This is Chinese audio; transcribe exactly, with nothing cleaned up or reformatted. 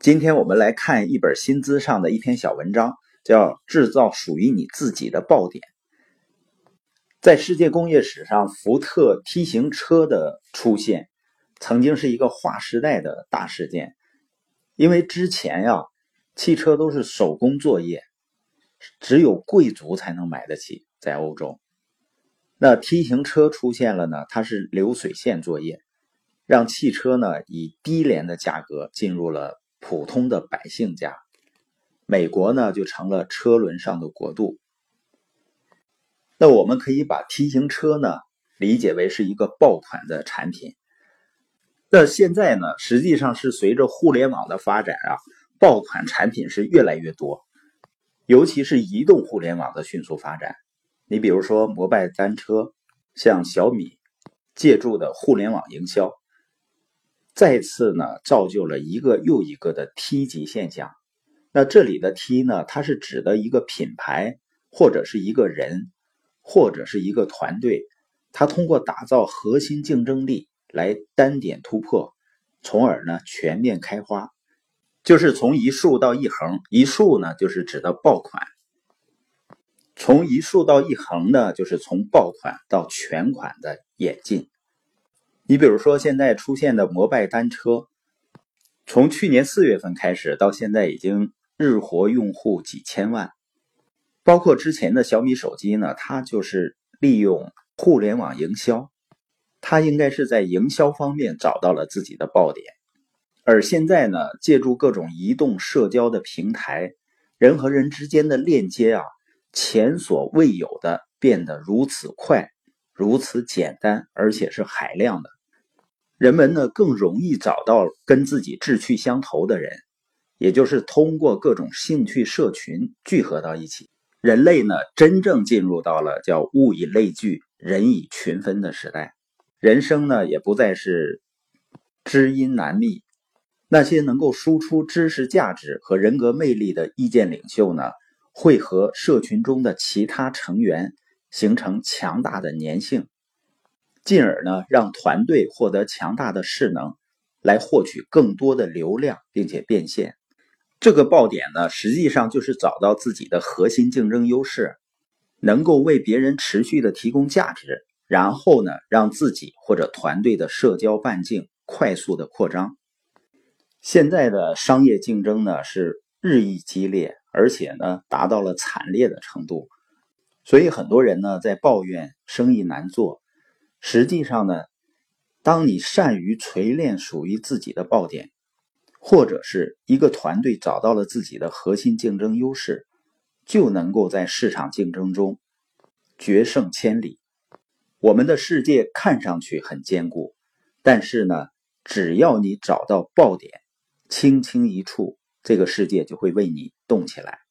今天我们来看一本新知上的一篇小文章，叫制造属于你自己的爆点。在世界工业史上，福特 T 型车的出现曾经是一个划时代的大事件。因为之前呀、啊，汽车都是手工作业，只有贵族才能买得起，在欧洲。那 T 型车出现了呢，它是流水线作业，让汽车呢以低廉的价格进入了普通的百姓家，美国呢就成了车轮上的国度。那我们可以把 T 型车呢理解为是一个爆款的产品。那现在呢，实际上是随着互联网的发展啊，爆款产品是越来越多，尤其是移动互联网的迅速发展。你比如说摩拜单车，像小米借助的互联网营销，再次呢造就了一个又一个的 T 级现象。那这里的 T 呢，它是指的一个品牌，或者是一个人，或者是一个团队，它通过打造核心竞争力来单点突破，从而呢全面开花。就是从一竖到一横，一竖呢就是指的爆款，从一竖到一横呢就是从爆款到全款的演进。你比如说现在出现的摩拜单车，从去年四月份开始到现在已经日活用户几千万。包括之前的小米手机呢，它就是利用互联网营销，它应该是在营销方面找到了自己的爆点。而现在呢，借助各种移动社交的平台，人和人之间的链接啊，前所未有的变得如此快，如此简单，而且是海量的。人们呢更容易找到跟自己志趣相投的人，也就是通过各种兴趣社群聚合到一起。人类呢真正进入到了叫物以类聚，人以群分的时代。人生呢也不再是知音难觅，那些能够输出知识价值和人格魅力的意见领袖呢，会和社群中的其他成员形成强大的粘性，进而呢让团队获得强大的势能，来获取更多的流量并且变现。这个爆点呢，实际上就是找到自己的核心竞争优势，能够为别人持续的提供价值，然后呢让自己或者团队的社交半径快速的扩张。现在的商业竞争呢是日益激烈，而且呢达到了惨烈的程度。所以很多人呢在抱怨生意难做，实际上呢，当你善于锤炼属于自己的爆点，或者是一个团队找到了自己的核心竞争优势，就能够在市场竞争中决胜千里。我们的世界看上去很坚固，但是呢，只要你找到爆点，轻轻一触，这个世界就会为你动起来。